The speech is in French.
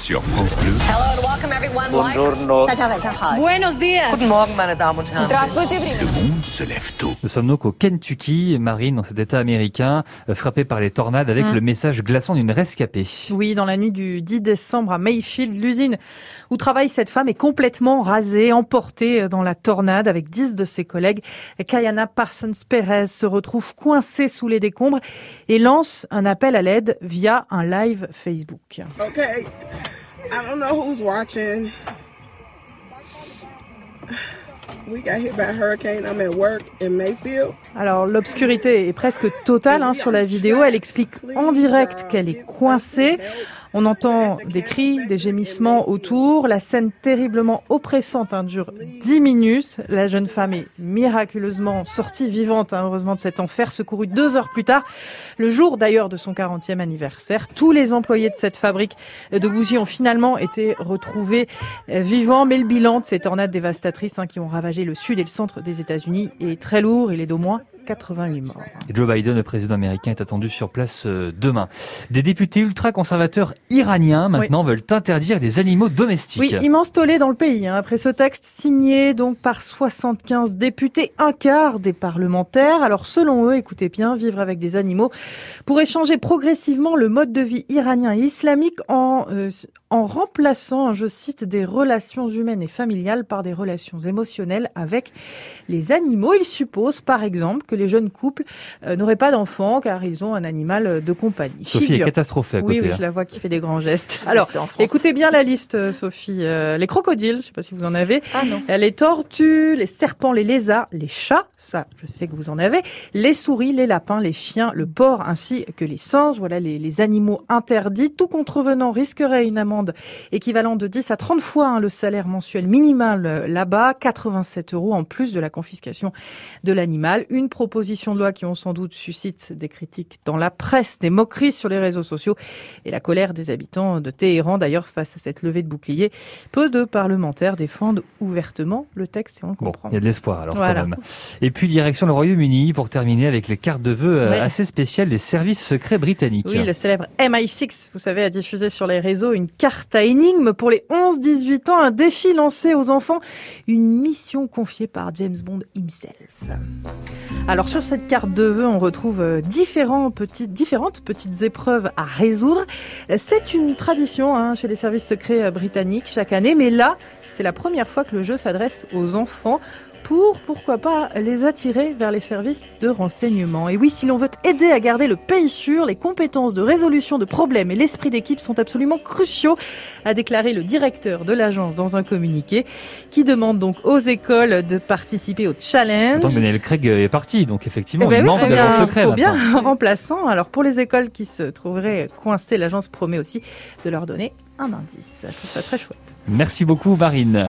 sur France Bleu. Hello and welcome everyone. Buongiorno. Buenos días. Guten Morgen, meine Damen und Herren. Здравствуйте, Le monde se lève tôt. Nous sommes donc au Kentucky, Marine, dans cet état américain, frappé par les tornades avec le message glaçant d'une rescapée. Oui, dans la nuit du 10 décembre à Mayfield, l'usine où travaille cette femme est complètement rasée, emportée dans la tornade avec 10 de ses collègues. Kayana Parsons Perez se retrouve coincée sous les décombres et lance un appel à l'aide via un live Facebook. Okay, I don't know who's watching. We got hit by a hurricane. I'm at work in Mayfield. Alors, l'obscurité est presque totale sur la vidéo. Elle explique en direct qu'elle est coincée. On entend des cris, des gémissements autour. La scène terriblement oppressante dure 10 minutes. La jeune femme est miraculeusement sortie vivante, heureusement, de cet enfer, secourue 2 heures plus tard, le jour d'ailleurs de son 40e anniversaire. Tous les employés de cette fabrique de bougies ont finalement été retrouvés vivants, mais le bilan de ces tornades dévastatrices qui ont ravagé le sud et le centre des États-Unis est très lourd. Il est d'au moins 88 morts. Joe Biden, le président américain, est attendu sur place demain. Des députés ultra-conservateurs iraniens, maintenant, veulent interdire les animaux domestiques. Oui, immense tollé dans le pays. Après ce texte signé donc par 75 députés, un quart des parlementaires. Alors, selon eux, écoutez bien, vivre avec des animaux pourrait changer progressivement le mode de vie iranien et islamique en remplaçant, je cite, des relations humaines et familiales par des relations émotionnelles avec les animaux. Il suppose, par exemple, que les jeunes couples n'auraient pas d'enfants car ils ont un animal de compagnie. Sophie est catastrophée à côté. Oui, je la vois qui fait des grands gestes. Alors, écoutez bien la liste, Sophie. Les crocodiles, je ne sais pas si vous en avez. Ah non. Les tortues, les serpents, les lézards, les chats, ça, je sais que vous en avez. Les souris, les lapins, les chiens, le porc, ainsi que les singes. Voilà les animaux interdits. Tout contrevenant risquerait une amende équivalente de 10 à 30 fois le salaire mensuel minimal là-bas. 87 € en plus de la confiscation de l'animal. Une proposition de loi qui, on sans doute, suscite des critiques dans la presse, des moqueries sur les réseaux sociaux et la colère des habitants de Téhéran. D'ailleurs, face à cette levée de bouclier, peu de parlementaires défendent ouvertement le texte, si on le comprend. Il y a de l'espoir alors quand même. Et puis direction le Royaume-Uni pour terminer avec les cartes de vœux assez spéciales des services secrets britanniques. Oui, le célèbre MI6, vous savez, a diffusé sur les réseaux une carte à énigmes pour les 11-18 ans, un défi lancé aux enfants, une mission confiée par James Bond himself. Alors sur cette carte de vœux, on retrouve différentes petites épreuves à résoudre. C'est une tradition chez les services secrets britanniques chaque année, mais là, c'est la première fois que le jeu s'adresse aux enfants pour, pourquoi pas, les attirer vers les services de renseignement. Et oui, si l'on veut aider à garder le pays sûr, les compétences de résolution de problèmes et l'esprit d'équipe sont absolument cruciaux, a déclaré le directeur de l'agence dans un communiqué qui demande donc aux écoles de participer au challenge. Pourtant, Daniel Craig est parti, donc effectivement, il manque d'agents secrets. Il faut bien un remplaçant. Alors pour les écoles qui se trouveraient coincées, l'agence promet aussi de leur donner un indice. Je trouve ça très chouette. Merci beaucoup, Marine.